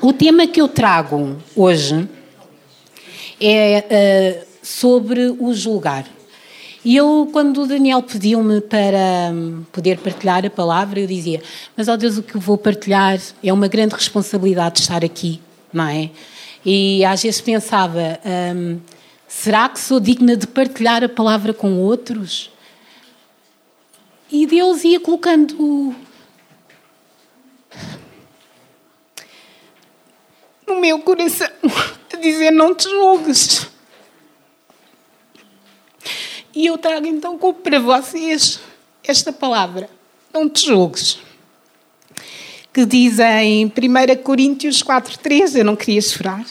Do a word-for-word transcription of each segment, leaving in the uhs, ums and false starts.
O tema que eu trago hoje é uh, sobre o julgar. E eu, quando o Daniel pediu-me para poder partilhar a palavra, eu dizia, mas, ó Deus, o que eu vou partilhar é uma grande responsabilidade de estar aqui, não é? E às vezes pensava, hum, será que sou digna de partilhar a palavra com outros? E Deus ia colocando no meu coração a dizer, não te julgues. E eu trago então para vocês esta palavra, não te julgues, que diz em primeira Coríntios quatro, três, eu não queria chorar.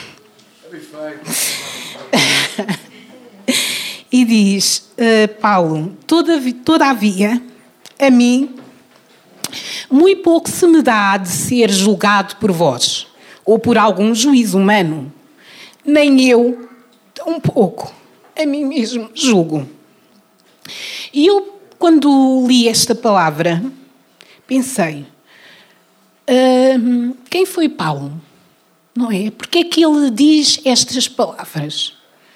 E diz, uh, Paulo, todavia, a mim, muito pouco se me dá de ser julgado por vós, ou por algum juízo humano, nem eu, tão pouco, a mim mesmo julgo. E eu, quando li esta palavra, pensei, uh, quem foi Paulo? Não é? Porque é que ele diz estas palavras?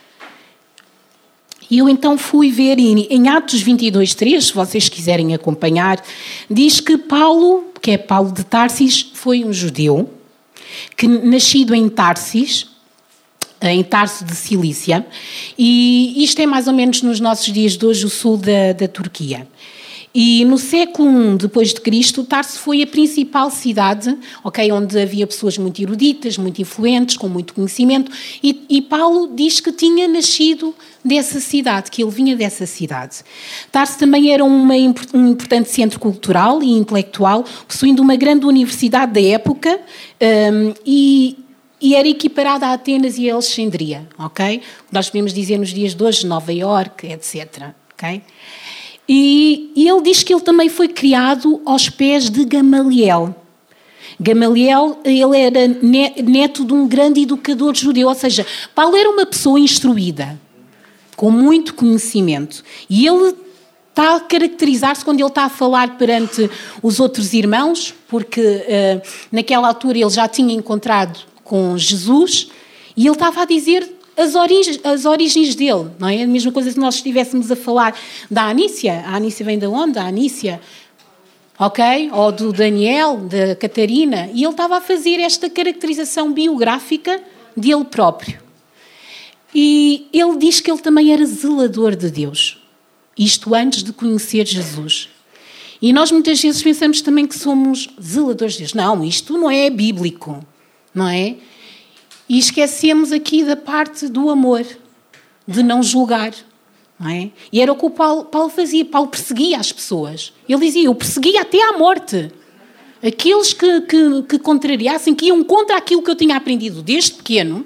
E eu então fui ver em Atos vinte e dois, três, se vocês quiserem acompanhar, diz que Paulo, que é Paulo de Tarsis, foi um judeu, que nascido em Tarsis, em Tarso de Cilícia, e isto é mais ou menos nos nossos dias de hoje o sul da, da Turquia. E no século I depois de Cristo, Tarso foi a principal cidade, okay, onde havia pessoas muito eruditas, muito influentes, com muito conhecimento, e, e Paulo diz que tinha nascido dessa cidade, que ele vinha dessa cidade. Tarso também era uma, um importante centro cultural e intelectual, possuindo uma grande universidade da época, um, e, e era equiparada a Atenas e a Alexandria, ok? Nós podemos dizer nos dias de hoje, Nova Iorque, etcétera, ok? E, e ele diz que ele também foi criado aos pés de Gamaliel. Gamaliel, ele era neto de um grande educador judeu, ou seja, Paulo era uma pessoa instruída, com muito conhecimento. E ele está a caracterizar-se quando ele está a falar perante os outros irmãos, porque uh, naquela altura ele já tinha encontrado com Jesus, e ele estava a dizer As origens, as origens dele, não é? A mesma coisa se nós estivéssemos a falar da Anícia. A Anícia vem de onde? A Anícia, ok? Ou do Daniel, da Catarina. E ele estava a fazer esta caracterização biográfica dele próprio. E ele diz que ele também era zelador de Deus. Isto antes de conhecer Jesus. E nós muitas vezes pensamos também que somos zeladores de Deus. Não, isto não é bíblico, não é? E esquecemos aqui da parte do amor, de não julgar, não é? E era o que o Paulo, Paulo fazia. Paulo perseguia as pessoas. Ele dizia, eu perseguia até à morte. Aqueles que, que, que contrariassem, que iam contra aquilo que eu tinha aprendido desde pequeno,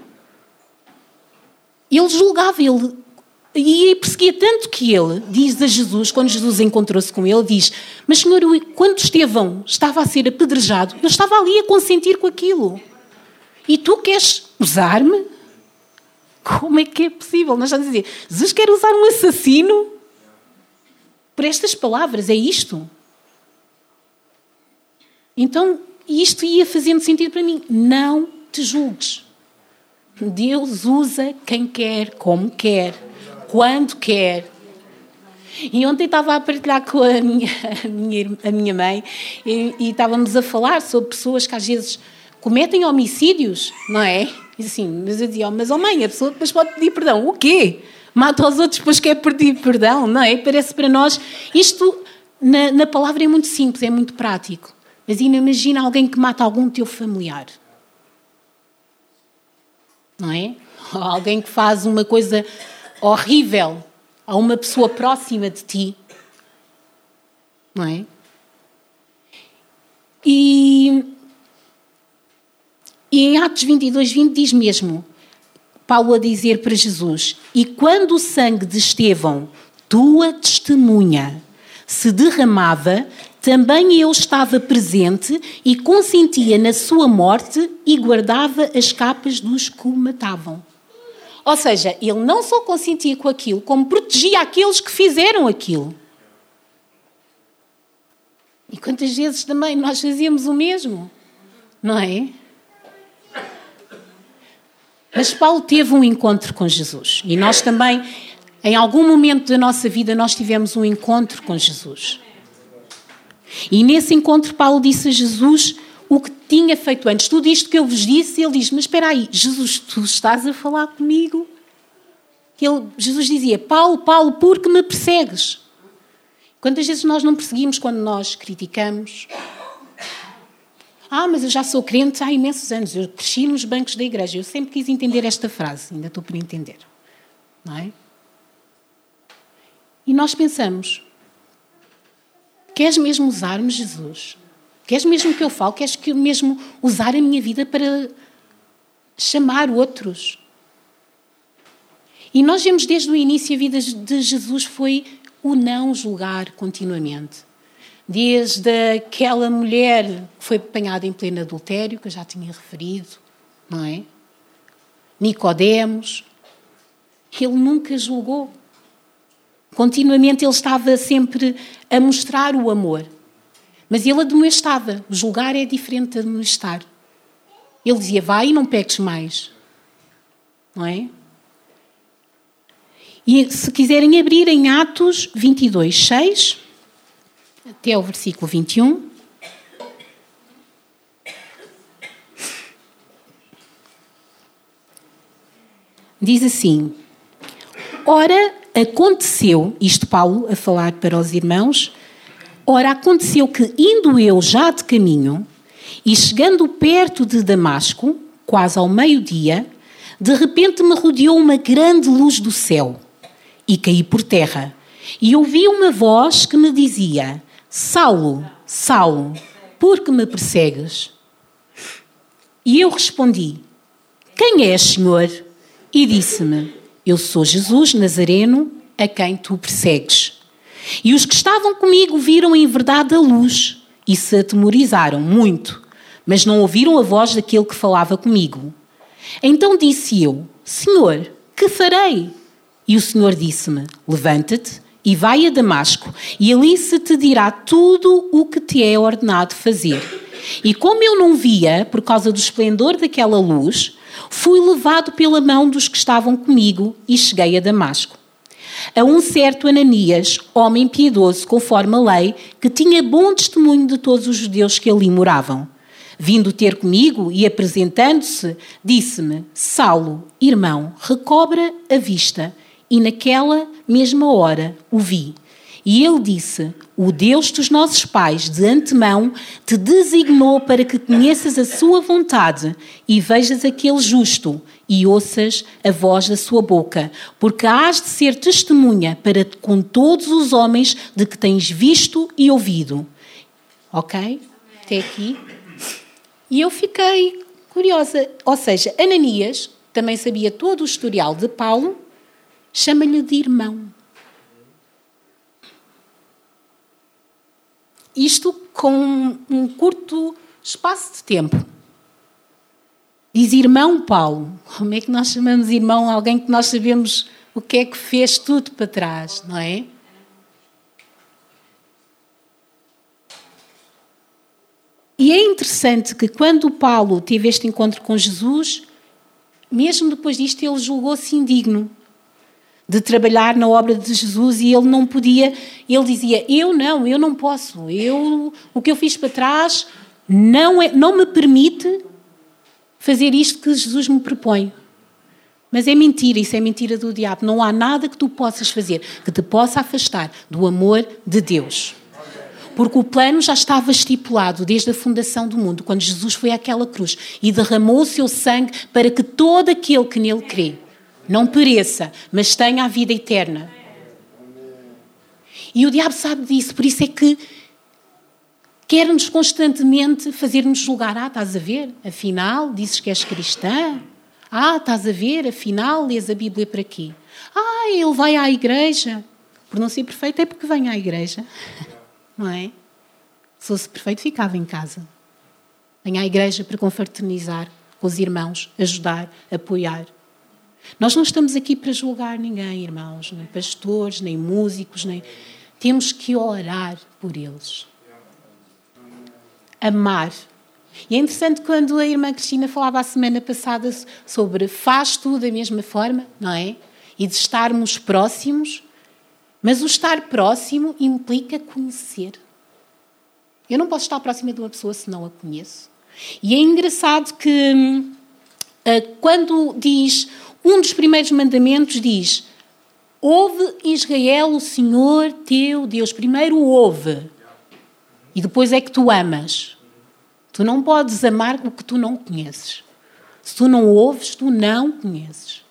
ele julgava, ele e perseguia tanto que ele, diz a Jesus, quando Jesus encontrou-se com ele, diz, mas Senhor, quando Estevão estava a ser apedrejado, eu estava ali a consentir com aquilo. E tu queres usar-me? Como é que é possível? Nós estamos a dizer, Jesus quer usar um assassino por estas palavras, é isto? Então, isto ia fazendo sentido para mim. Não te julgues. Deus usa quem quer, como quer, quando quer. E ontem estava a partilhar com a minha, a minha, a minha mãe e, e estávamos a falar sobre pessoas que às vezes cometem homicídios, não é? E assim, mas eu dizia, oh, mas oh mãe, a pessoa depois pode pedir perdão. O quê? Mata os outros depois quer pedir perdão, não é? Parece para nós, isto na, na palavra é muito simples, é muito prático. Mas imagina alguém que mata algum teu familiar. Não é? Ou alguém que faz uma coisa horrível a uma pessoa próxima de ti. Não é? E... E em Atos vinte e dois, vinte diz mesmo, Paulo a dizer para Jesus, e quando o sangue de Estevão, tua testemunha, se derramava, também eu estava presente e consentia na sua morte e guardava as capas dos que o matavam. Ou seja, ele não só consentia com aquilo, como protegia aqueles que fizeram aquilo. E quantas vezes também nós fazíamos o mesmo, não é? Mas Paulo teve um encontro com Jesus. E nós também, em algum momento da nossa vida, nós tivemos um encontro com Jesus. E nesse encontro, Paulo disse a Jesus o que tinha feito antes. Tudo isto que eu vos disse, ele diz, mas espera aí, Jesus, tu estás a falar comigo? Ele, Jesus dizia, Paulo, Paulo, por que me persegues? Quantas vezes nós não perseguimos quando nós criticamos? Ah, mas eu já sou crente há imensos anos, eu cresci nos bancos da igreja. Eu sempre quis entender esta frase, ainda estou por entender. Não é? E nós pensamos, queres mesmo usar-me, Jesus? Queres mesmo que eu fale? Queres que eu mesmo usar a minha vida para chamar outros? E nós vemos desde o início a vida de Jesus foi o não julgar continuamente. Desde aquela mulher que foi apanhada em pleno adultério, que eu já tinha referido, não é? Nicodemos, ele nunca julgou. Continuamente ele estava sempre a mostrar o amor. Mas ele admoestava. Julgar é diferente de admoestar. Ele dizia, vai e não peques mais. Não é? E se quiserem abrir em Atos vinte e dois, seis... até o versículo vinte e um. Diz assim, ora aconteceu, isto Paulo a falar para os irmãos, ora aconteceu que indo eu já de caminho e chegando perto de Damasco, quase ao meio-dia, de repente me rodeou uma grande luz do céu e caí por terra e ouvi uma voz que me dizia, Saulo, Saulo, por que me persegues? E eu respondi, quem és, Senhor? E disse-me, eu sou Jesus Nazareno, a quem tu persegues. E os que estavam comigo viram em verdade a luz e se atemorizaram muito, mas não ouviram a voz daquele que falava comigo. Então disse eu, Senhor, que farei? E o Senhor disse-me, levanta-te, e vai a Damasco, e ali se te dirá tudo o que te é ordenado fazer. E como eu não via, por causa do esplendor daquela luz, fui levado pela mão dos que estavam comigo e cheguei a Damasco. A um certo Ananias, homem piedoso conforme a lei, que tinha bom testemunho de todos os judeus que ali moravam. Vindo ter comigo e apresentando-se, disse-me, Saulo, irmão, recobra a vista. E naquela mesma hora o vi. E ele disse, o Deus dos nossos pais, de antemão, te designou para que conheças a sua vontade e vejas aquele justo e ouças a voz da sua boca, porque hás de ser testemunha para com todos os homens de que tens visto e ouvido. Ok? Até aqui. E eu fiquei curiosa. Ou seja, Ananias também sabia todo o historial de Paulo, chama-lhe de irmão. Isto com um curto espaço de tempo. Diz irmão Paulo. Como é que nós chamamos irmão alguém que nós sabemos o que é que fez tudo para trás, não é? E é interessante que quando Paulo teve este encontro com Jesus, mesmo depois disto ele julgou-se indigno de trabalhar na obra de Jesus e ele não podia, ele dizia, eu não, eu não posso, eu, o que eu fiz para trás não, é, não me permite fazer isto que Jesus me propõe. Mas é mentira, isso é mentira do diabo. Não há nada que tu possas fazer que te possa afastar do amor de Deus. Porque o plano já estava estipulado desde a fundação do mundo, quando Jesus foi àquela cruz e derramou o seu sangue para que todo aquele que nele crê não pereça, mas tenha a vida eterna. E o diabo sabe disso, por isso é que quer-nos constantemente fazer-nos julgar. Ah, estás a ver? Afinal, dizes que és cristã. Ah, estás a ver? Afinal, lês a Bíblia para quê? Ah, ele vai à igreja. Por não ser perfeito é porque vem à igreja. Não é? Se fosse perfeito, ficava em casa. Vem à igreja para confraternizar com os irmãos, ajudar, apoiar. Nós não estamos aqui para julgar ninguém, irmãos, nem pastores, nem músicos, nem... Temos que orar por eles. Amar. E é interessante quando a irmã Cristina falava a semana passada sobre faz tudo da mesma forma, não é? E de estarmos próximos, mas o estar próximo implica conhecer. Eu não posso estar próxima de uma pessoa se não a conheço. E é engraçado que quando diz, um dos primeiros mandamentos diz, ouve Israel, o Senhor teu Deus. Primeiro ouve. E depois é que tu amas. Tu não podes amar o que tu não conheces. Se tu não ouves, tu não conheces.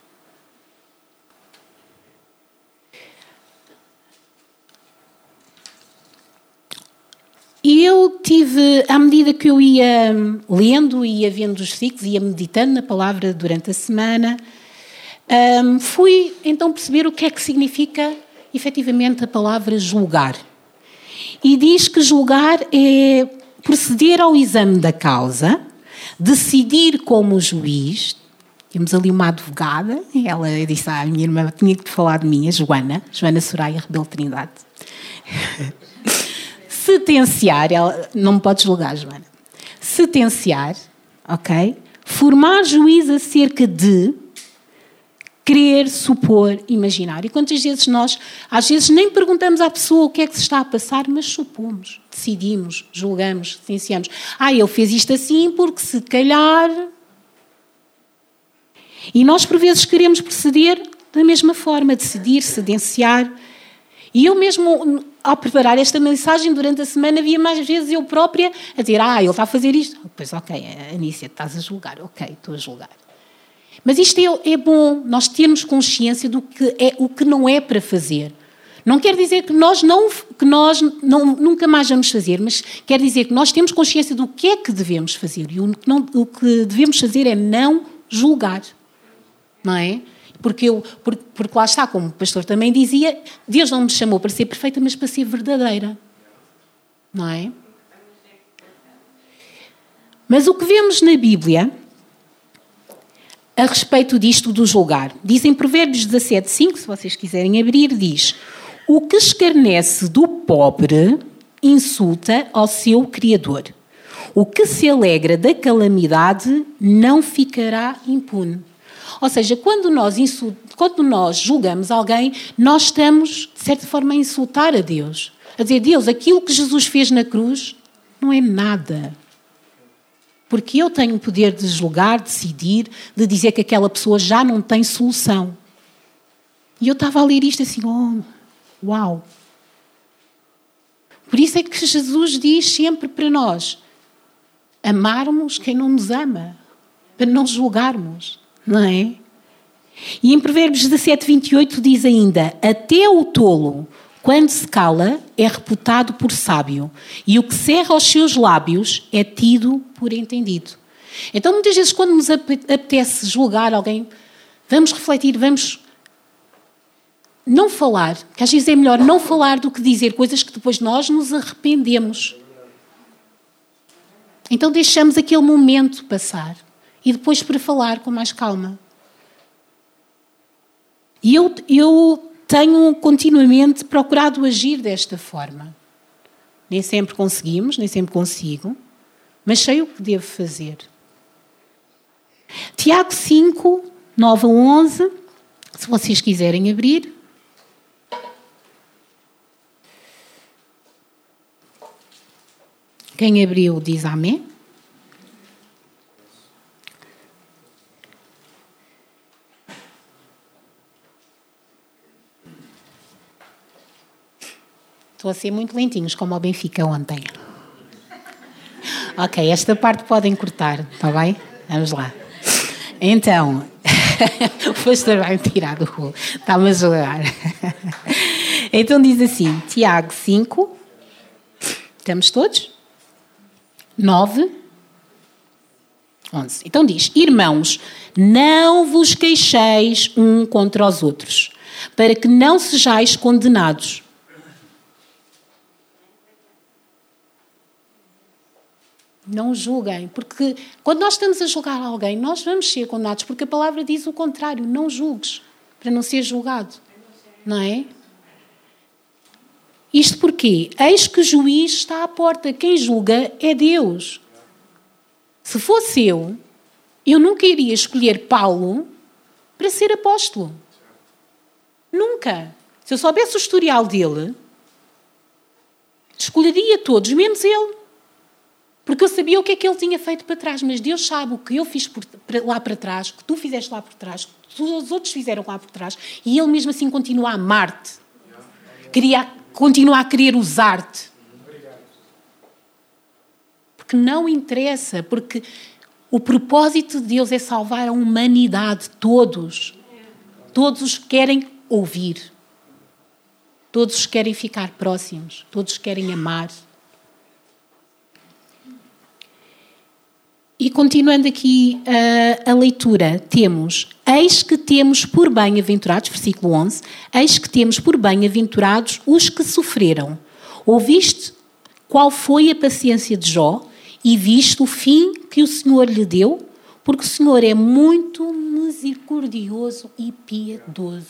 E eu tive, à medida que eu ia lendo, ia vendo os versículos, ia meditando na palavra durante a semana, um, fui então perceber o que é que significa efetivamente a palavra julgar. E diz que julgar é proceder ao exame da causa, decidir como juiz. Temos ali uma advogada, ela disse, ah, a minha irmã tinha que falar de mim, a Joana, Joana Soraya Rebelo Trindade. Sentenciar, ela, não me pode julgar, Joana. Sentenciar, ok? Formar juízo acerca de querer, supor, imaginar. E quantas vezes nós, às vezes, nem perguntamos à pessoa o que é que se está a passar, mas supomos, decidimos, julgamos, sentenciamos. Ah, ele fez isto assim porque se calhar... E nós, por vezes, queremos proceder da mesma forma, decidir, sentenciar. E eu mesmo, ao preparar esta mensagem durante a semana, via mais vezes eu própria a dizer, ah, ele está a fazer isto. Pois, ok, Anícia, estás a julgar. Ok, estou a julgar. Mas isto é, é bom, nós termos consciência do que é o que não é para fazer. Não quer dizer que nós, não, que nós não, nunca mais vamos fazer, mas quer dizer que nós temos consciência do que é que devemos fazer. E o que, não, o que devemos fazer é não julgar. Não é? Porque, eu, porque, porque lá está, como o pastor também dizia, Deus não me chamou para ser perfeita, mas para ser verdadeira. Não é? Mas o que vemos na Bíblia a respeito disto do julgar, diz em Provérbios dezassete, cinco, se vocês quiserem abrir, diz: o que escarnece do pobre insulta ao seu Criador. O que se alegra da calamidade não ficará impune. Ou seja, quando nós, insult... quando nós julgamos alguém, nós estamos, de certa forma, a insultar a Deus. A dizer, Deus, aquilo que Jesus fez na cruz não é nada. Porque eu tenho o poder de julgar, decidir, de dizer que aquela pessoa já não tem solução. E eu estava a ler isto assim, oh, uau. Por isso é que Jesus diz sempre para nós, amarmos quem não nos ama, para não julgarmos. Não é? E em Provérbios dezassete, vinte e oito diz ainda, até o tolo, quando se cala, é reputado por sábio, e o que cerra os seus lábios é tido por entendido. Então, muitas vezes, quando nos apetece julgar alguém, vamos refletir, vamos não falar, que às vezes é melhor não falar do que dizer coisas que depois nós nos arrependemos. Então, deixamos aquele momento passar. E depois para falar com mais calma. E eu, eu tenho continuamente procurado agir desta forma. Nem sempre conseguimos, nem sempre consigo, mas sei o que devo fazer. Tiago cinco, nove a onze, se vocês quiserem abrir. Quem abriu diz amém. Estou a ser muito lentinhos, como ao Benfica ontem. Ok, esta parte podem cortar, está bem? Vamos lá. Então, o pastor vai me tirar do rolo. Está-me a jogar. Então diz assim, Tiago cinco, estamos todos? nove, onze. Então diz, irmãos, não vos queixeis um contra os outros, para que não sejais condenados. Não julguem, porque quando nós estamos a julgar alguém, nós vamos ser condenados, porque a palavra diz o contrário, não julgues, para não ser julgado. Não é? Isto porquê? Eis que o juiz está à porta, quem julga é Deus. Se fosse eu, eu nunca iria escolher Paulo para ser apóstolo. Nunca. Se eu soubesse o historial dele, escolheria todos, menos ele. Porque eu sabia o que é que ele tinha feito para trás. Mas Deus sabe o que eu fiz por, para, lá para trás, o que tu fizeste lá por trás, o que os outros fizeram lá por trás. E ele mesmo assim continua a amar-te. Queria, continua a querer usar-te. Porque não interessa, porque o propósito de Deus é salvar a humanidade, todos. Todos os que querem ouvir. Todos os que querem ficar próximos. Todos os que querem amar. E continuando aqui uh, a leitura, temos: eis que temos por bem-aventurados, versículo onze, eis que temos por bem-aventurados os que sofreram. Ouviste qual foi a paciência de Jó e viste o fim que o Senhor lhe deu? Porque o Senhor é muito misericordioso e piedoso.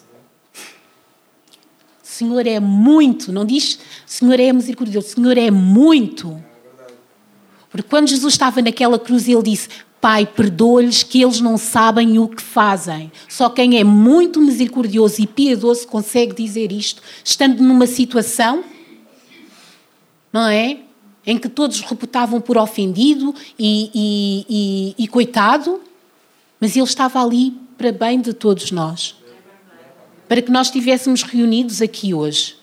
O Senhor é muito, não diz o Senhor é misericordioso, o Senhor é muito. Porque quando Jesus estava naquela cruz, ele disse: Pai, perdoa-lhes que eles não sabem o que fazem. Só quem é muito misericordioso e piedoso consegue dizer isto, estando numa situação, não é? Em que todos o reputavam por ofendido e, e, e, e coitado, mas ele estava ali para bem de todos nós. Para que nós estivéssemos reunidos aqui hoje.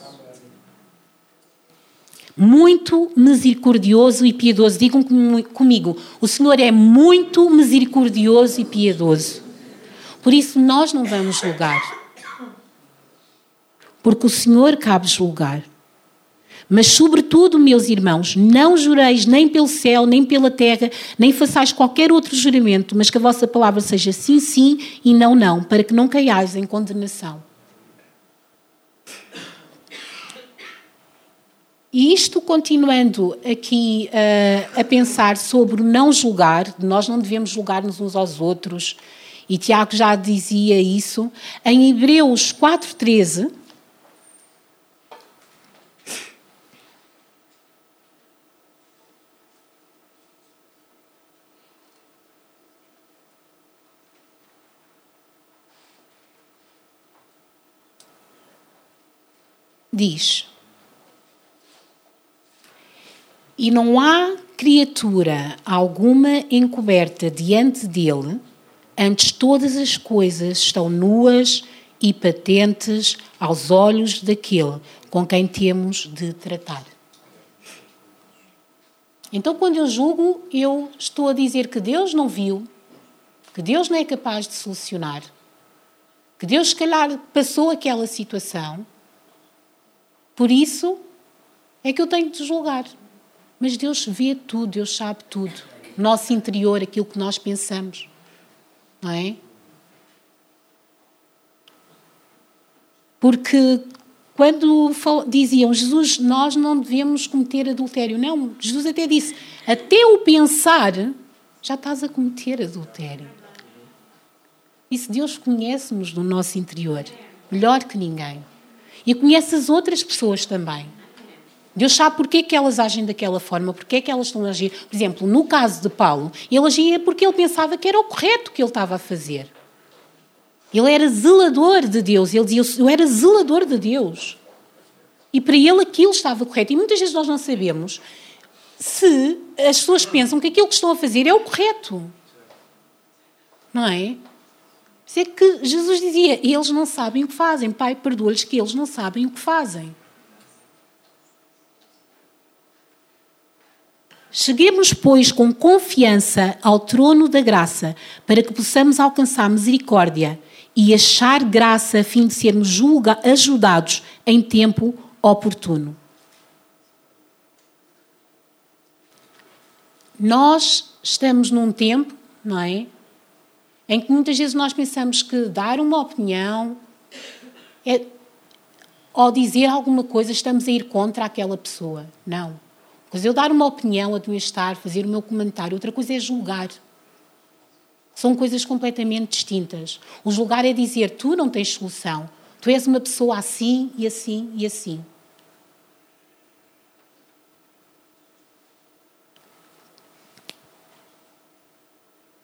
Muito misericordioso e piedoso. Digam comigo, o Senhor é muito misericordioso e piedoso. Por isso nós não vamos julgar. Porque o Senhor cabe julgar. Mas sobretudo, meus irmãos, não jureis nem pelo céu, nem pela terra, nem façais qualquer outro juramento, mas que a vossa palavra seja sim, sim e não, não, para que não caiais em condenação. E isto, continuando aqui uh, a pensar sobre o não julgar, nós não devemos julgar-nos uns aos outros, e Tiago já dizia isso, em Hebreus quatro, treze, diz: e não há criatura alguma encoberta diante dele, antes todas as coisas estão nuas e patentes aos olhos daquele com quem temos de tratar. Então, quando eu julgo, eu estou a dizer que Deus não viu, que Deus não é capaz de solucionar, que Deus, se calhar, passou aquela situação. Por isso é que eu tenho de julgar. Mas Deus vê tudo, Deus sabe tudo. Nosso interior, aquilo que nós pensamos. Não é? Porque quando diziam, Jesus, nós não devemos cometer adultério. Não, Jesus até disse, até o pensar, já estás a cometer adultério. Isso Deus conhece-nos no nosso interior. Melhor que ninguém. E conhece as outras pessoas também. Deus sabe porque é que elas agem daquela forma, porque é que elas estão a agir. Por exemplo, no caso de Paulo, ele agia porque ele pensava que era o correto que ele estava a fazer. Ele era zelador de Deus. Ele dizia, eu era zelador de Deus. E para ele aquilo estava correto. E muitas vezes nós não sabemos se as pessoas pensam que aquilo que estão a fazer é o correto. Não é? Isso é que Jesus dizia, eles não sabem o que fazem. Pai, perdoa-lhes que eles não sabem o que fazem. Cheguemos, pois, com confiança ao trono da graça, para que possamos alcançar misericórdia e achar graça a fim de sermos julga- ajudados em tempo oportuno. Nós estamos num tempo, não é? Em que muitas vezes nós pensamos que dar uma opinião é, ou dizer alguma coisa, estamos a ir contra aquela pessoa. Não. Mas eu dar uma opinião, admoestar, fazer o meu comentário, outra coisa é julgar. São coisas completamente distintas. O julgar é dizer, tu não tens solução. Tu és uma pessoa assim e assim e assim.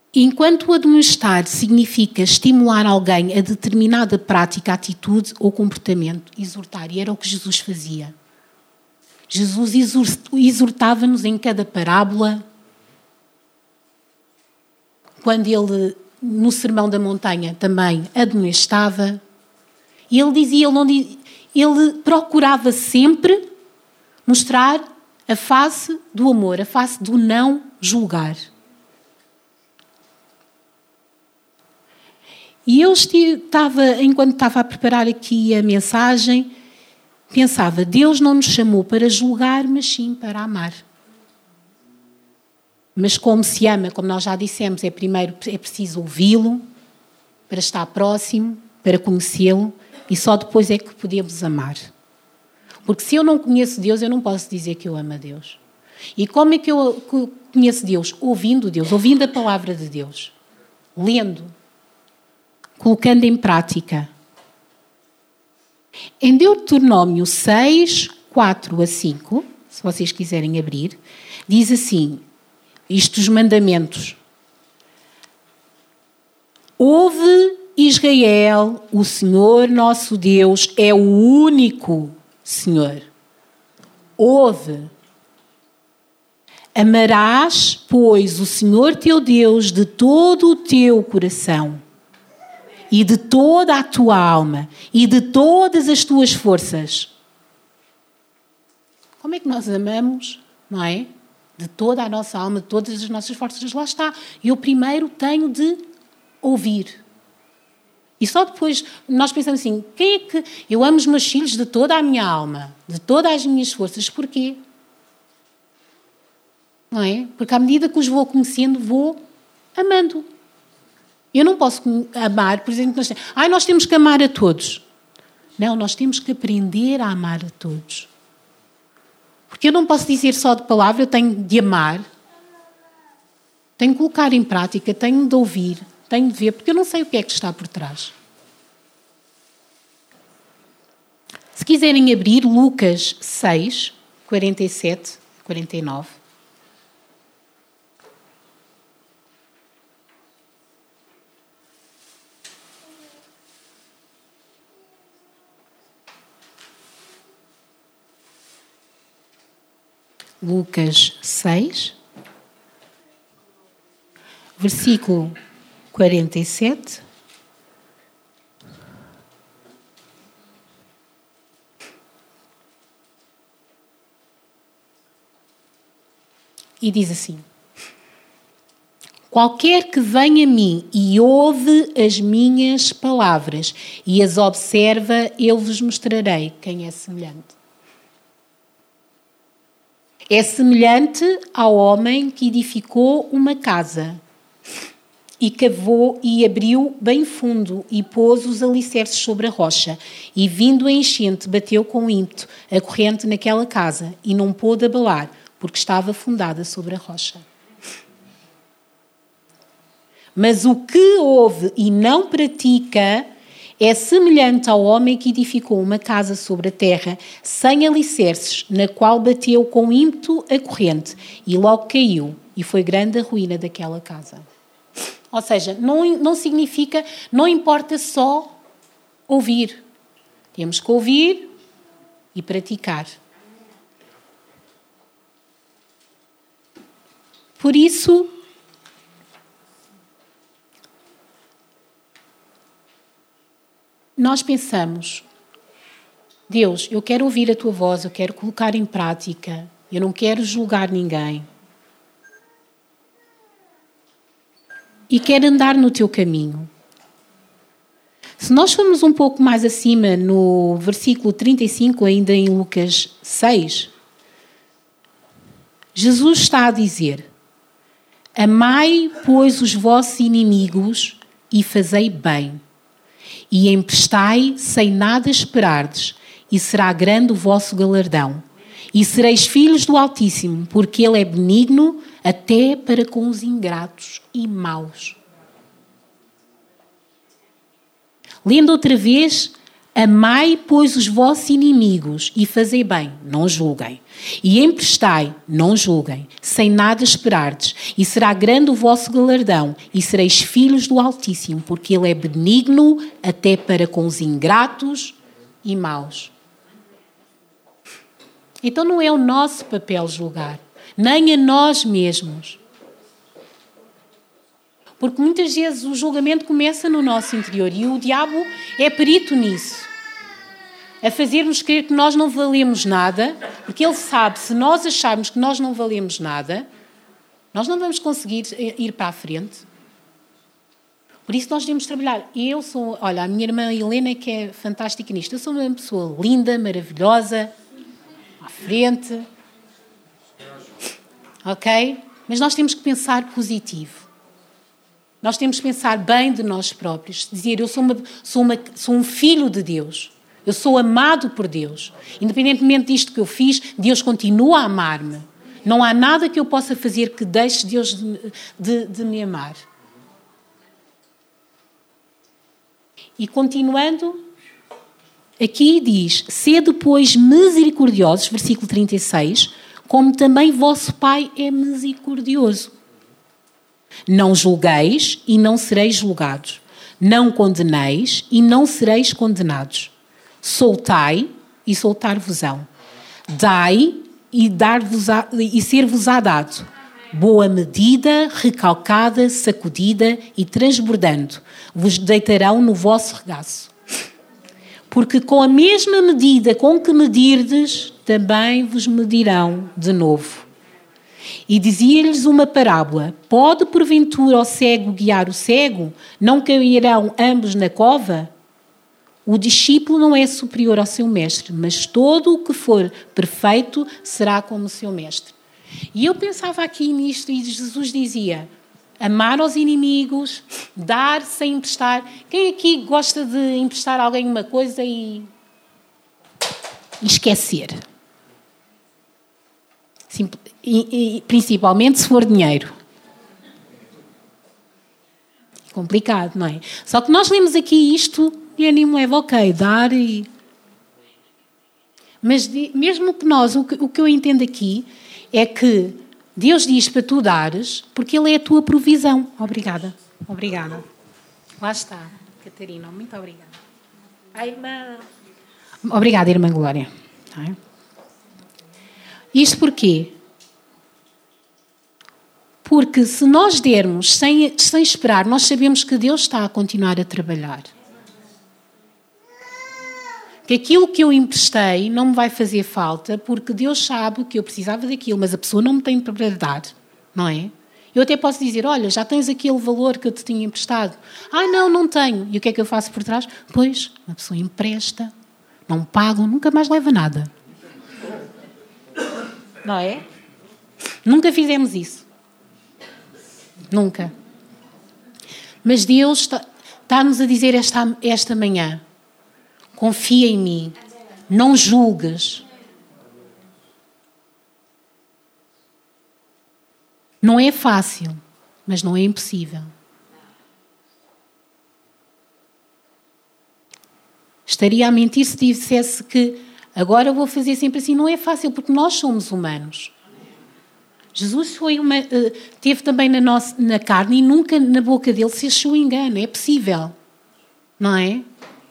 Enquanto o admoestar significa estimular alguém a determinada prática, atitude ou comportamento, exortar, e era o que Jesus fazia. Jesus exortava-nos em cada parábola, quando ele, no Sermão da Montanha, também admoestava. E ele dizia, ele, não dizia, ele procurava sempre mostrar a face do amor, a face do não julgar. E eu estava, enquanto estava a preparar aqui a mensagem, pensava, Deus não nos chamou para julgar, mas sim para amar. Mas como se ama, como nós já dissemos, é primeiro é preciso ouvi-lo, para estar próximo, para conhecê-lo, e só depois é que podemos amar. Porque se eu não conheço Deus, eu não posso dizer que eu amo a Deus. E como é que eu conheço Deus? Ouvindo Deus, ouvindo a palavra de Deus, lendo, colocando em prática. Em Deuteronômio seis, quatro a cinco, se vocês quiserem abrir, diz assim, isto os mandamentos. Ouve, Israel, o Senhor nosso Deus é o único Senhor. Ouve. Amarás, pois, o Senhor teu Deus de todo o teu coração e de toda a tua alma e de todas as tuas forças. Como é que nós amamos, não é? De toda a nossa alma, de todas as nossas forças. Lá está. Eu primeiro tenho de ouvir. E só depois nós pensamos assim, quem é que... Eu amo os meus filhos de toda a minha alma, de todas as minhas forças. Porquê? Não é? Porque à medida que os vou conhecendo, vou amando. Eu não posso amar, por exemplo, nós temos, ah, nós temos que amar a todos. Não, nós temos que aprender a amar a todos. Porque eu não posso dizer só de palavra, eu tenho de amar, tenho de colocar em prática, tenho de ouvir, tenho de ver, porque eu não sei o que é que está por trás. Se quiserem abrir Lucas seis, quarenta e sete, quarenta e nove. Lucas seis, versículo quarenta e sete. E diz assim: qualquer que venha a mim e ouve as minhas palavras e as observa, eu vos mostrarei quem é semelhante. É semelhante ao homem que edificou uma casa e cavou e abriu bem fundo e pôs os alicerces sobre a rocha. E vindo a enchente, bateu com ímpeto a corrente naquela casa e não pôde abalar, porque estava fundada sobre a rocha. Mas o que ouve e não pratica é semelhante ao homem que edificou uma casa sobre a terra, sem alicerces, na qual bateu com ímpeto a corrente, e logo caiu, e foi grande a ruína daquela casa. Ou seja, não, não significa, não importa só ouvir. Temos que ouvir e praticar. Por isso, nós pensamos, Deus, eu quero ouvir a tua voz, eu quero colocar em prática, eu não quero julgar ninguém. E quero andar no teu caminho. Se nós formos um pouco mais acima, no versículo trinta e cinco, ainda em Lucas seis, Jesus está a dizer: amai, pois, os vossos inimigos e fazei bem. E emprestai sem nada esperardes, e será grande o vosso galardão. E sereis filhos do Altíssimo, porque Ele é benigno até para com os ingratos e maus. Lendo outra vez, Amai, pois, os vossos inimigos e fazei bem, não julguem. E emprestai, não julguem, sem nada esperardes. E será grande o vosso galardão e sereis filhos do Altíssimo, porque Ele é benigno até para com os ingratos e maus. Então não é o nosso papel julgar, nem a nós mesmos. Porque muitas vezes o julgamento começa no nosso interior e o diabo é perito nisso. A fazer-nos crer que nós não valemos nada, porque ele sabe, se nós acharmos que nós não valemos nada, nós não vamos conseguir ir para a frente. Por isso nós devemos trabalhar. E eu sou, olha, a minha irmã Helena que é fantástica nisto. Eu sou uma pessoa linda, maravilhosa, à frente. Ok? Mas nós temos que pensar positivo. Nós temos que pensar bem de nós próprios. Dizer, eu sou, uma, sou, uma, sou um filho de Deus. Eu sou amado por Deus. Independentemente disto que eu fiz, Deus continua a amar-me. Não há nada que eu possa fazer que deixe Deus de, de, de me amar. E continuando, aqui diz, sede, pois, misericordiosos, versículo trinta e seis, como também vosso Pai é misericordioso. Não julgueis e não sereis julgados. Não condeneis e não sereis condenados. Soltai e soltar-vos-ão. Dai e, dar-vos-á, e ser-vos-á dado. Boa medida, recalcada, sacudida e transbordando, vos deitarão no vosso regaço. Porque com a mesma medida com que medirdes, também vos medirão de novo. E dizia-lhes uma parábola: pode porventura o cego guiar o cego? Não cairão ambos na cova? O discípulo não é superior ao seu mestre, mas todo o que for perfeito será como o seu mestre. E eu pensava aqui nisto e Jesus dizia, amar aos inimigos, dar sem emprestar. Quem aqui gosta de emprestar a alguém uma coisa e esquecer? Sim, e, e, principalmente se for dinheiro. Complicado, não é? Só que nós lemos aqui isto e animo leva, ok, dar e... Mas de, mesmo que nós, o que, o que eu entendo aqui é que Deus diz para tu dares porque Ele é a tua provisão. Obrigada. Obrigada. Lá está, Catarina. Muito obrigada. A irmã... Obrigada, irmã Glória. É? Isto porquê? Porque se nós dermos sem, sem esperar, nós sabemos que Deus está a continuar a trabalhar. Que aquilo que eu emprestei não me vai fazer falta porque Deus sabe que eu precisava daquilo, mas a pessoa não me tem para dar, não é? Eu até posso dizer, olha, já tens aquele valor que eu te tinha emprestado. Ah, não, não tenho. E o que é que eu faço por trás? Pois, a pessoa empresta, não paga, nunca mais leva nada. Não é? Nunca fizemos isso. Nunca. Mas Deus está, está-nos a dizer esta, esta manhã, confia em mim, não julgues. Não é fácil, mas não é impossível. Estaria a mentir se dissesse que agora eu vou fazer sempre assim. Não é fácil, porque nós somos humanos. Jesus foi uma, teve também na, nossa, na carne e nunca na boca dele se achou engano. É possível, não é?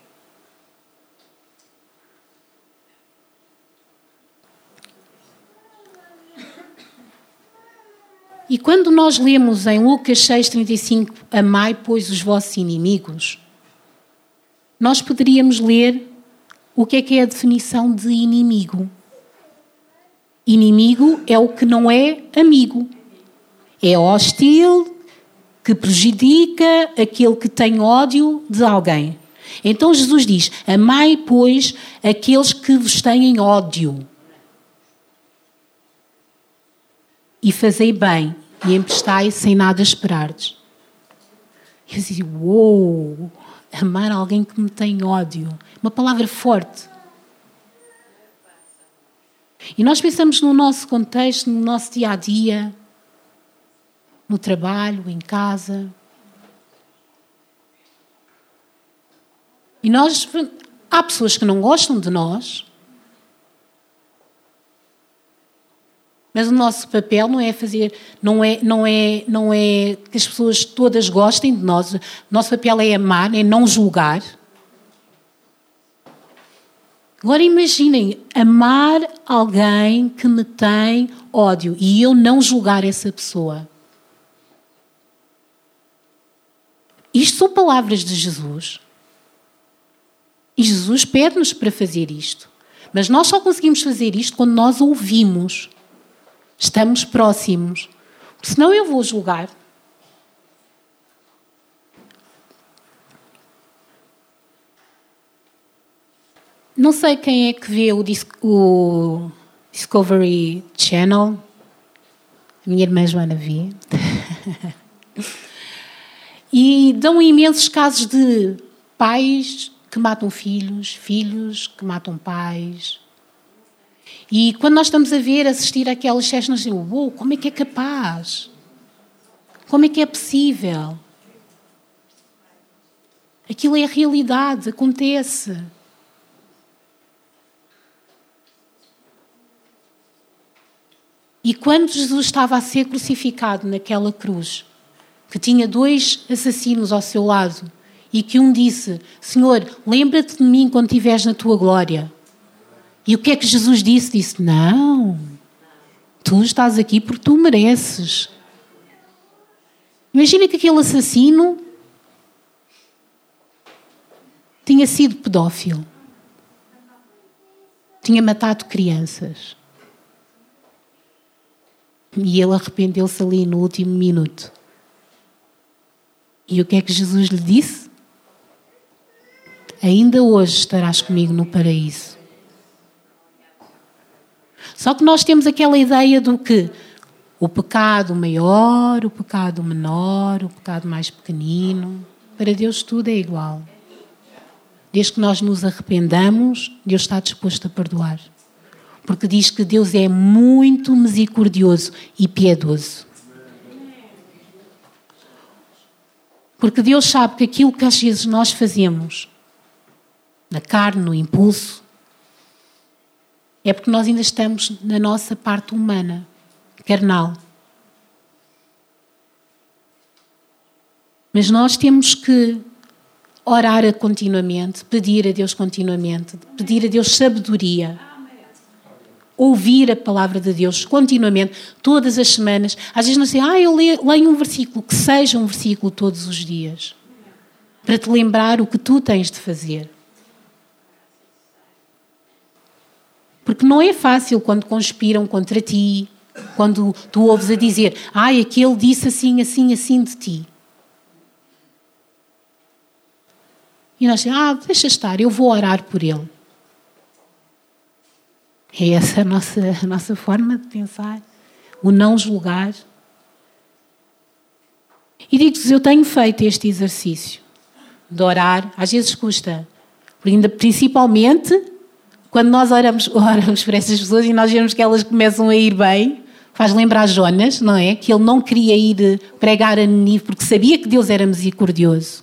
E quando nós lemos em Lucas seis, trinta e cinco, amai, pois, os vossos inimigos, nós poderíamos ler o que é que é a definição de inimigo. Inimigo é o que não é amigo. É hostil, que prejudica, aquele que tem ódio de alguém. Então Jesus diz, amai, pois, aqueles que vos têm ódio. E fazei bem, e emprestai sem nada esperardes. Eu dizia, uou, amar alguém que me tem ódio. Uma palavra forte. E nós pensamos no nosso contexto, no nosso dia-a-dia, no trabalho, em casa. E nós, Há pessoas que não gostam de nós, mas o nosso papel não é fazer, não é, não é, não é que as pessoas todas gostem de nós. O nosso papel é amar, é não julgar. Agora imaginem, amar alguém que me tem ódio e eu não julgar essa pessoa. Isto são palavras de Jesus. E Jesus pede-nos para fazer isto. Mas nós só conseguimos fazer isto quando nós ouvimos. Estamos próximos. Senão eu vou julgar. Não sei quem é que vê o, o Discovery Channel. A minha irmã Joana vê. E dão imensos casos de pais que matam filhos, filhos que matam pais. E quando nós estamos a ver, assistir àquelas séries, nós dizemos, uou, como é que é capaz? Como é que é possível? Aquilo é a realidade, acontece. E quando Jesus estava a ser crucificado naquela cruz, que tinha dois assassinos ao seu lado, e que um disse, Senhor, lembra-te de mim quando estiveres na tua glória. E o que é que Jesus disse? Disse, não, tu estás aqui porque tu mereces. Imagina que aquele assassino tinha sido pedófilo. Tinha matado crianças. E ele arrependeu-se ali no último minuto. E o que é que Jesus lhe disse? Ainda hoje estarás comigo no paraíso. Só que nós temos aquela ideia do que o pecado maior, o pecado menor, o pecado mais pequenino, para Deus tudo é igual. Desde que nós nos arrependamos, Deus está disposto a perdoar. Porque diz que Deus é muito misericordioso e piedoso. Porque Deus sabe que aquilo que às vezes nós fazemos, na carne, no impulso, é porque nós ainda estamos na nossa parte humana, carnal. Mas nós temos que orar continuamente, pedir a Deus continuamente, pedir a Deus sabedoria. Ouvir a palavra de Deus continuamente, todas as semanas. Às vezes não sei, ah, eu leio, leio um versículo, que seja um versículo todos os dias. Para te lembrar o que tu tens de fazer. Porque não é fácil quando conspiram contra ti, quando tu ouves a dizer, ah, aquele disse assim, assim, assim de ti. E nós dizemos, ah, deixa estar, eu vou orar por ele. É essa a nossa, a nossa forma de pensar. O não julgar. E digo-vos, eu tenho feito este exercício de orar. Às vezes custa. Principalmente quando nós oramos, oramos por essas pessoas e nós vemos que elas começam a ir bem. Faz lembrar Jonas, não é? Que ele não queria ir pregar a Nínive porque sabia que Deus era misericordioso.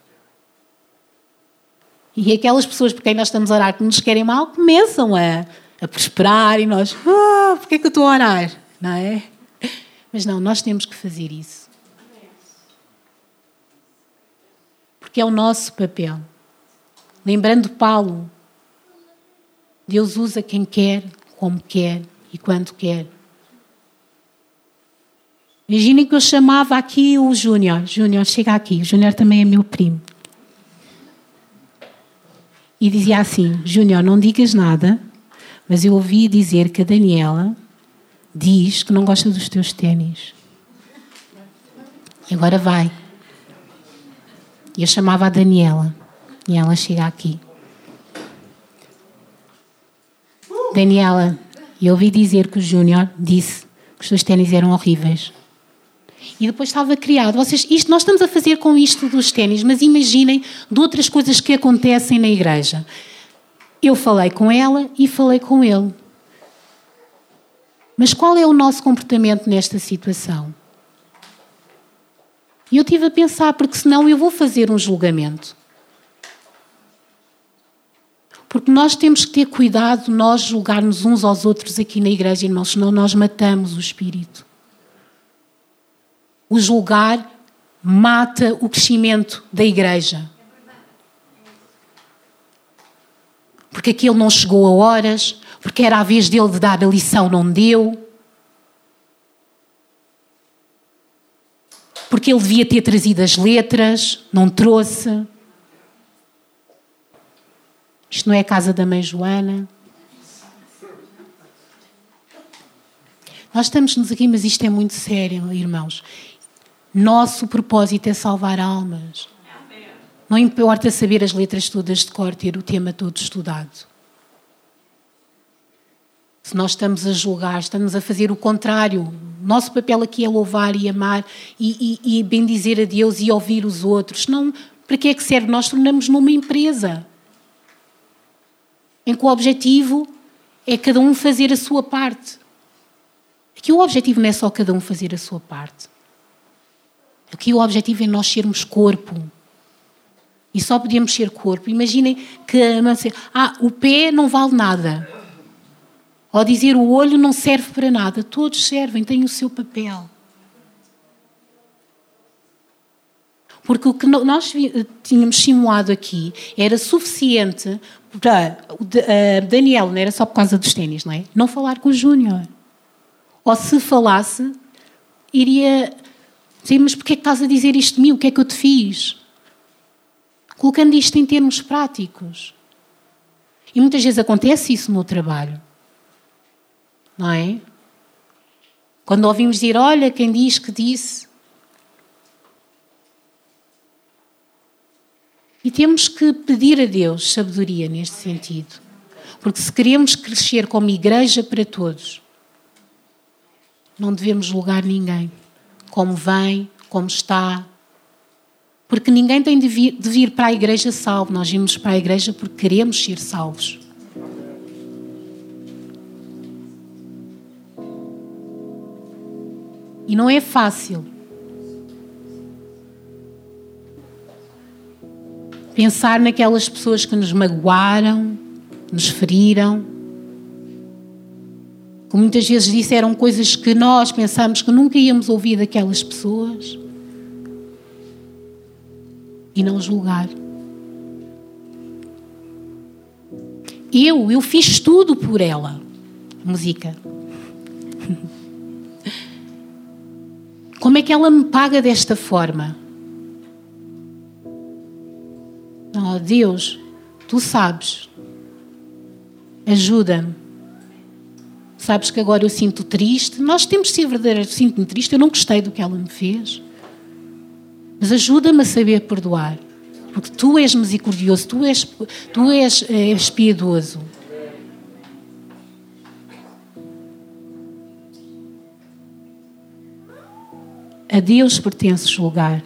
E aquelas pessoas por quem nós estamos a orar que nos querem mal começam a... a prosperar e nós, ah, porque é que eu estou a orar? Não é? Mas não, nós temos que fazer isso. Porque é o nosso papel. Lembrando Paulo, Deus usa quem quer, como quer e quando quer. Imaginem que eu chamava aqui o Júnior. Júnior, chega aqui. O Júnior também é meu primo. E dizia assim, Júnior, não digas nada, mas eu ouvi dizer que a Daniela diz que não gosta dos teus ténis. E agora vai. E eu chamava a Daniela. E ela chega aqui. Daniela, eu ouvi dizer que o Júnior disse que os teus ténis eram horríveis. E depois estava criado. Vocês, isto, nós estamos a fazer com isto dos ténis, mas imaginem de outras coisas que acontecem na igreja. Eu falei com ela e falei com ele. Mas qual é o nosso comportamento nesta situação? E eu estive a pensar, porque senão eu vou fazer um julgamento. Porque nós temos que ter cuidado, nós julgarmos uns aos outros aqui na igreja, irmãos, senão nós matamos o Espírito. O julgar mata o crescimento da igreja. Porque aquele não chegou a horas, porque era a vez dele de dar a lição, não deu. Porque ele devia ter trazido as letras, não trouxe. Isto não é a casa da mãe Joana. Nós estamos-nos aqui, mas isto é muito sério, irmãos. Nosso propósito é salvar almas. Não importa saber as letras todas de cor, ter o tema todo estudado. Se nós estamos a julgar, estamos a fazer o contrário. Nosso papel aqui é louvar e amar e, e, e bendizer a Deus e ouvir os outros. Não, para que é que serve? Nós tornamos numa empresa em que o objetivo é cada um fazer a sua parte. Aqui o objetivo não é só cada um fazer a sua parte. Aqui o objetivo é nós sermos corpo. E só podemos ser corpo. Imaginem que ah, o pé não vale nada. Ou dizer o olho não serve para nada. Todos servem, têm o seu papel. Porque o que nós tínhamos simulado aqui era suficiente para o Daniel, não era só por causa dos ténis, não é? Não falar com o Júnior. Ou se falasse, iria dizer, mas porquê é que estás a dizer isto de mim? O que é que eu te fiz? Colocando isto em termos práticos. E muitas vezes acontece isso no trabalho. Não é? Quando ouvimos dizer, olha, quem diz que disse. E temos que pedir a Deus sabedoria neste sentido. Porque se queremos crescer como igreja para todos, não devemos julgar ninguém. Como vem, como está. Porque ninguém tem de vir, de vir para a igreja salvo. Nós vimos para a igreja porque queremos ser salvos. E não é fácil. Pensar naquelas pessoas que nos magoaram, nos feriram, que muitas vezes disseram coisas que nós pensamos que nunca íamos ouvir daquelas pessoas. E não julgar. Eu, eu fiz tudo por ela. Música. Como é que ela me paga desta forma? Oh, Deus, tu sabes. Ajuda-me. Sabes que agora eu sinto triste. Nós temos de ser verdadeiros. Sinto-me triste. Eu não gostei do que ela me fez. Mas ajuda-me a saber perdoar. Porque tu és misericordioso. Tu és, tu és, és piedoso. A Deus pertence julgar.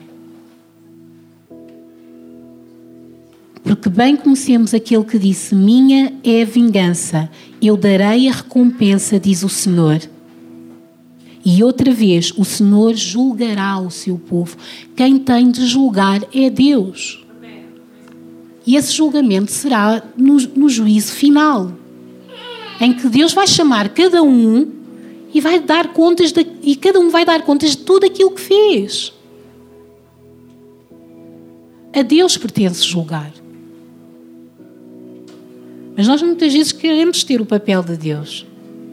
Porque bem conhecemos aquele que disse, minha é a vingança, eu darei a recompensa, diz o Senhor. E outra vez, o Senhor julgará o seu povo. Quem tem de julgar é Deus. E esse julgamento será no, no juízo final, em que Deus vai chamar cada um e vai dar contas de, e cada um vai dar contas de tudo aquilo que fez. A Deus pertence julgar. Mas nós muitas vezes queremos ter o papel de Deus.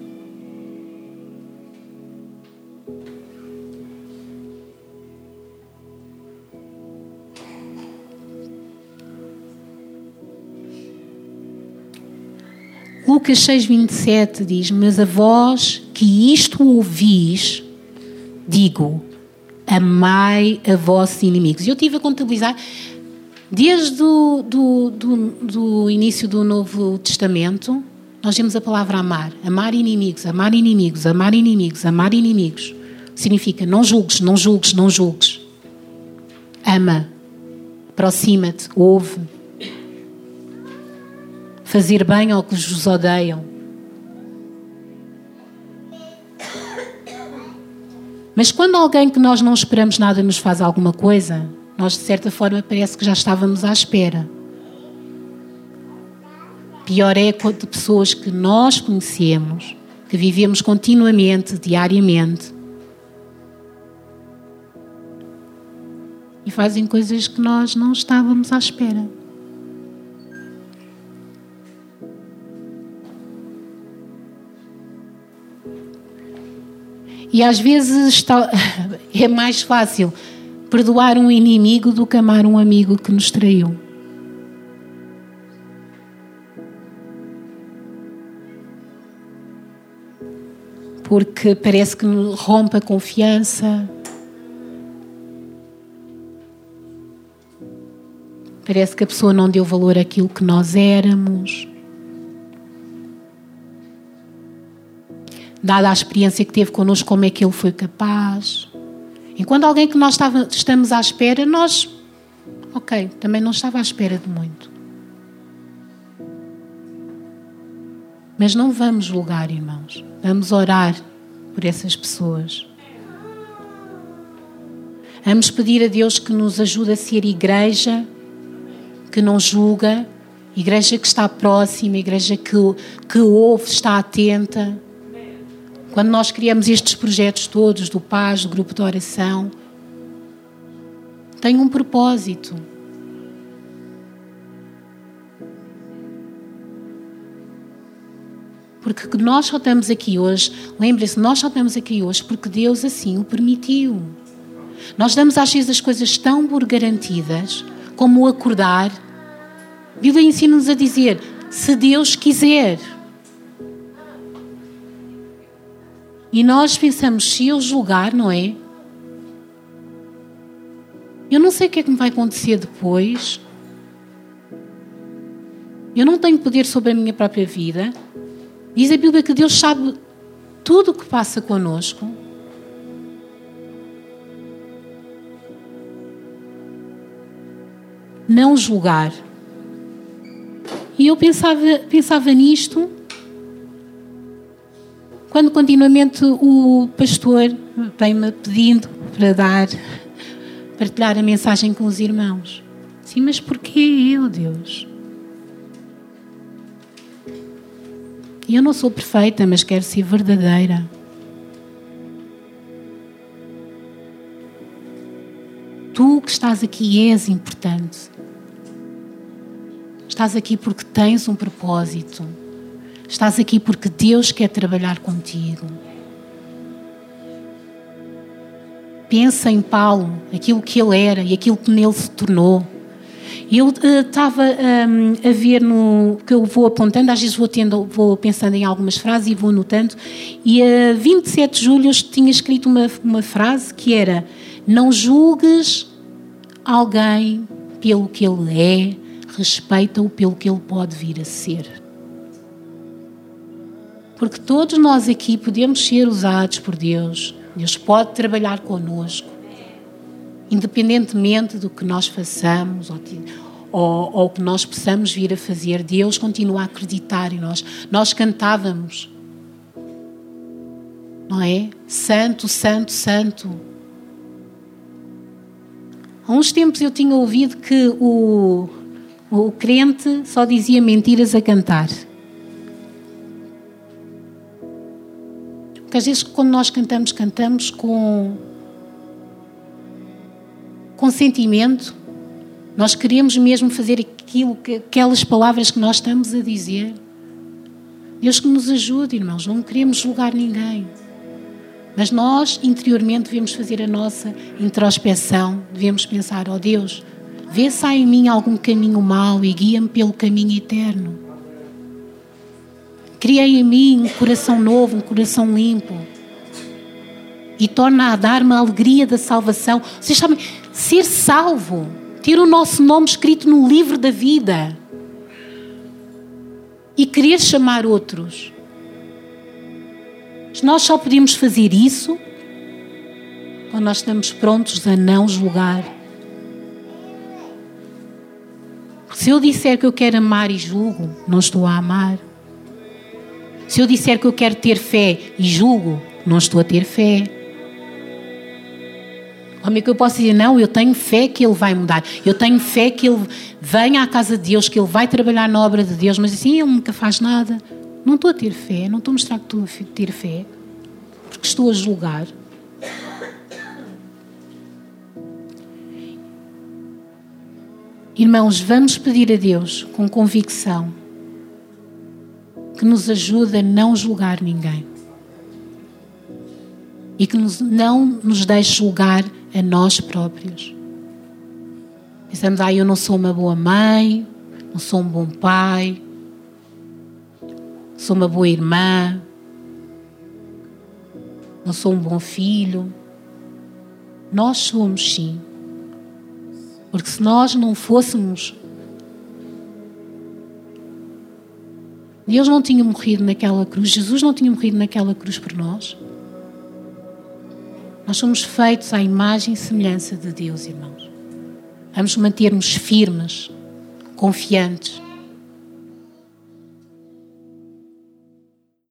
Lucas seis, vinte e sete diz, mas a vós que isto ouvis, digo, amai a vossos inimigos. E eu estive a contabilizar, desde o do, do, do início do Novo Testamento, nós temos a palavra amar. Amar inimigos, amar inimigos, amar inimigos, amar inimigos. Significa não julgues, não julgues, não julgues. Ama, aproxima-te, ouve. Fazer bem ao que vos odeiam. Mas quando alguém que nós não esperamos nada nos faz alguma coisa, nós de certa forma parece que já estávamos à espera. Pior é de pessoas que nós conhecemos, que vivemos continuamente, diariamente, e fazem coisas que nós não estávamos à espera. E às vezes está, é mais fácil perdoar um inimigo do que amar um amigo que nos traiu. Porque parece que rompe a confiança. Parece que a pessoa não deu valor àquilo que nós éramos. Dada a experiência que teve connosco, como é que ele foi capaz. Enquanto alguém que nós estava, estamos à espera, nós, ok, também não estava à espera de muito. Mas não vamos julgar, irmãos. Vamos orar por essas pessoas. Vamos pedir a Deus que nos ajude a ser igreja que não julga, igreja que está próxima, igreja que, que ouve, está atenta. Quando nós criamos estes projetos todos, do Paz, do grupo de oração, tem um propósito. Porque nós só estamos aqui hoje, lembrem-se, nós só estamos aqui hoje porque Deus assim o permitiu. Nós damos às vezes as coisas tão por garantidas, como o acordar. A Bíblia ensina-nos a dizer, se Deus quiser. E nós pensamos, se eu julgar, não é? Eu não sei o que é que me vai acontecer depois. Eu não tenho poder sobre a minha própria vida. Diz a Bíblia que Deus sabe tudo o que passa connosco. Não julgar. E eu pensava, pensava nisto quando continuamente o pastor vem-me pedindo para dar, partilhar a mensagem com os irmãos. Sim, mas porquê eu, Deus? Eu não sou perfeita, mas quero ser verdadeira. Tu que estás aqui és importante. Estás aqui porque tens um propósito. Estás aqui porque Deus quer trabalhar contigo. Pensa em Paulo, aquilo que ele era e aquilo que nele se tornou. Eu estava uh, um, a ver no que eu vou apontando, às vezes vou, tendo, vou pensando em algumas frases e vou anotando, e a vinte e sete de julho eu tinha escrito uma, uma frase que era: não julgues alguém pelo que ele é, respeita-o pelo que ele pode vir a ser. Porque todos nós aqui podemos ser usados por Deus. Deus pode trabalhar connosco. Independentemente do que nós façamos ou, ou, ou que nós possamos vir a fazer, Deus continua a acreditar em nós. Nós cantávamos, não é? Santo, santo, santo. Há uns tempos eu tinha ouvido que o, o crente só dizia mentiras a cantar. Porque às vezes quando nós cantamos, cantamos com, com sentimento. Nós queremos mesmo fazer aquilo, que, aquelas palavras que nós estamos a dizer. Deus que nos ajude, irmãos, não queremos julgar ninguém. Mas nós, interiormente, devemos fazer a nossa introspeção. Devemos pensar, ó oh Deus, vê se há em mim algum caminho mau e guia-me pelo caminho eterno. Cria em mim um coração novo, um coração limpo. E torna a dar-me a alegria da salvação. Vocês sabem, ser salvo, ter o nosso nome escrito no livro da vida. E querer chamar outros. Nós só podemos fazer isso quando nós estamos prontos a não julgar. Porque se eu disser que eu quero amar e julgo, não estou a amar. Se eu disser que eu quero ter fé e julgo, não estou a ter fé. Como é que eu posso dizer, não, eu tenho fé que Ele vai mudar, eu tenho fé que Ele venha à casa de Deus, que Ele vai trabalhar na obra de Deus, mas assim Ele nunca faz nada. Não estou a ter fé, não estou a mostrar que estou a ter fé, porque estou a julgar. Irmãos, vamos pedir a Deus com convicção que nos ajude a não julgar ninguém e que nos, não nos deixe julgar a nós próprios. Pensamos, ah, eu não sou uma boa mãe, não sou um bom pai, sou uma boa irmã, não sou um bom filho. Nós somos, sim. Porque se nós não fôssemos, Deus não tinha morrido naquela cruz, Jesus não tinha morrido naquela cruz por nós. Nós somos feitos à imagem e semelhança de Deus, irmãos. Vamos manter-nos firmes, confiantes.